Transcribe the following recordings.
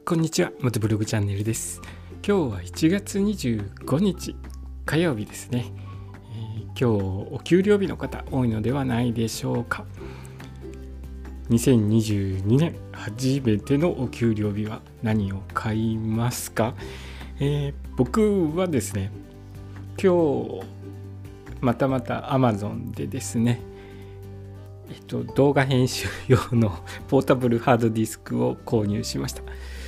こんにちは、元ブログチャンネルです。今日は1月25日火曜日ですね。今日お給料日の方多いのではないでしょうか。2022年初めてのお給料日は何を買いますか？僕はですね、今日また Amazon でですね、動画編集用のポータブルハードディスクを購入しました。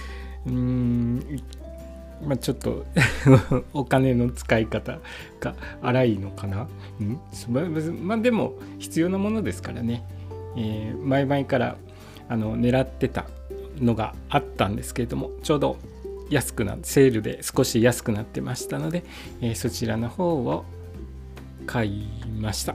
ちょっとお金の使い方が荒いのかな。でも必要なものですからね。前々から狙ってたのがあったんですけれども、ちょうどセールで少し安くなってましたので、そちらの方を買いました。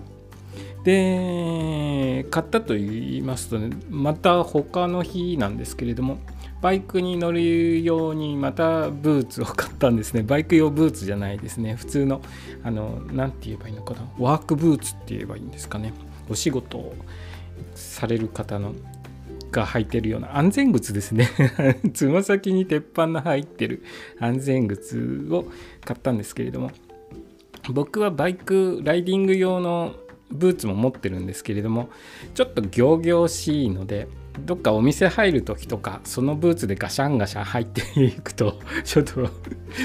で、買ったと言いますとね、また他の日なんですけれども、バイクに乗るようにまたブーツを買ったんですね。バイク用ブーツじゃないですね。普通のなんて言えばいいのかな、ワークブーツって言えばいいんですかね。お仕事をされる方のが履いてるような安全靴ですね。つま先に鉄板の入ってる安全靴を買ったんですけれども、僕はバイクライディング用のブーツも持ってるんですけれども、ちょっと仰々しいので、どっかお店入るときとかそのブーツでガシャンガシャン入っていくとちょっと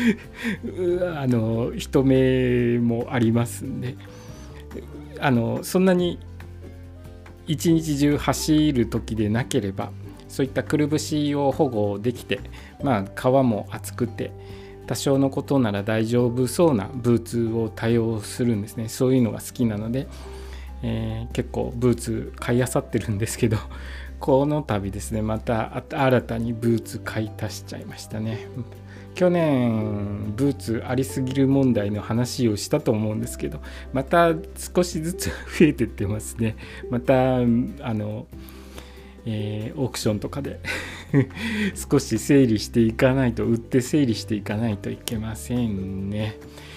人目もありますんで、そんなに一日中走る時でなければ、そういったくるぶしを保護できて、皮も厚くて多少のことなら大丈夫そうなブーツを多用するんですね。そういうのが好きなので、結構ブーツ買い漁ってるんですけど、この度ですね、また新たにブーツ買い足しちゃいましたね。去年ブーツありすぎる問題の話をしたと思うんですけど、また少しずつ増えてってますね。またオークションとかで少し整理していかないと、売って整理していかないといけませんね。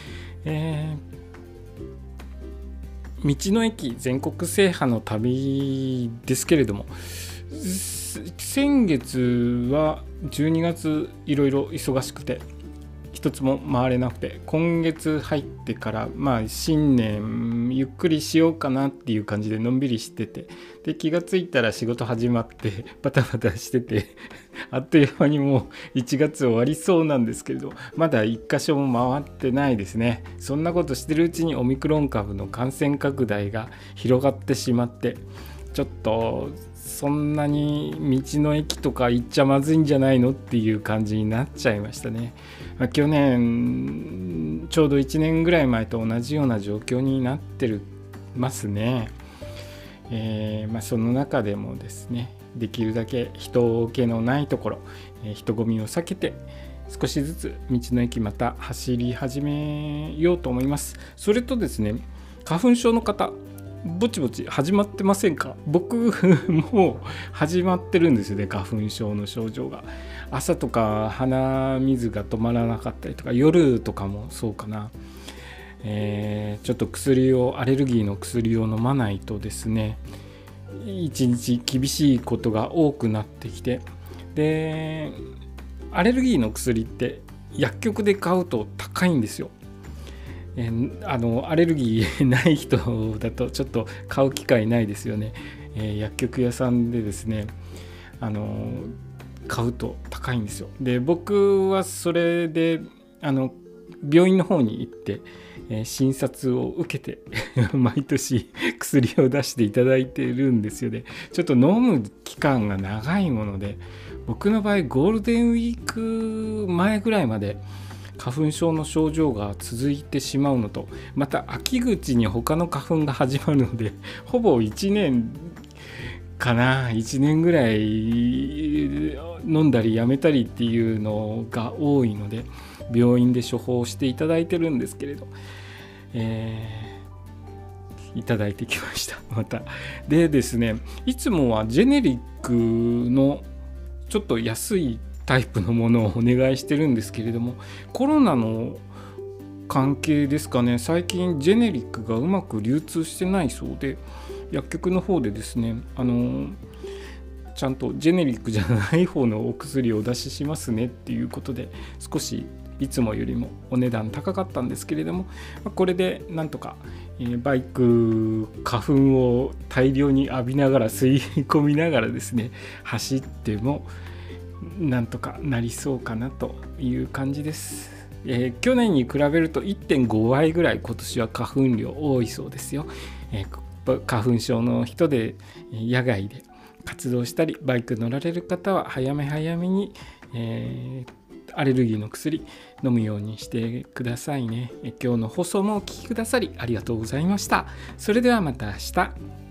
道の駅全国制覇の旅ですけれども、先月は12月いろいろ忙しくて一つも回れなくて、今月入ってから新年ゆっくりしようかなっていう感じでのんびりしてて、で気がついたら仕事始まってバタバタしててあっという間にもう1月終わりそうなんですけれど、まだ1箇所も回ってないですね。そんなことしてるうちにオミクロン株の感染拡大が広がってしまって、ちょっとそんなに道の駅とか行っちゃまずいんじゃないのっていう感じになっちゃいましたね。去年ちょうど1年ぐらい前と同じような状況になってますね。その中でもですね、できるだけ人気のないところ、人混みを避けて少しずつ道の駅また走り始めようと思います。それとですね、花粉症の方ぼちぼち始まってませんか？僕もう始まってるんですよね、花粉症の症状が。朝とか鼻水が止まらなかったりとか、夜とかもそうかな。ちょっとアレルギーの薬を飲まないとですね、一日厳しいことが多くなってきて、でアレルギーの薬って薬局で買うと高いんですよ。アレルギーない人だとちょっと買う機会ないですよね。薬局屋さんでですね、買うと高いんですよ。で僕はそれで病院の方に行って、診察を受けて毎年薬を出していただいているんですよね。ちょっと飲む期間が長いもので、僕の場合ゴールデンウィーク前ぐらいまで花粉症の症状が続いてしまうのと、また秋口に他の花粉が始まるので、ほぼ1年かな、1年ぐらい飲んだりやめたりっていうのが多いので、病院で処方していただいてるんですけれど、いただいてきましたまた。でですね、いつもはジェネリックのちょっと安いタイプのものをお願いしてるんですけれども、コロナの関係ですかね、最近ジェネリックがうまく流通してないそうで、薬局の方でですね、 ちゃんとジェネリックじゃない方のお薬をお出ししますねっていうことで、少しいつもよりもお値段高かったんですけれども、これでなんとかバイク花粉を大量に浴びながら吸い込みながらですね走ってもなんとかなりそうかなという感じです。去年に比べると 1.5 倍ぐらい今年は花粉量多いそうですよ。花粉症の人で野外で活動したりバイク乗られる方は早め早めに、アレルギーの薬飲むようにしてくださいね。今日の放送もお聞きくださりありがとうございました。それではまた明日。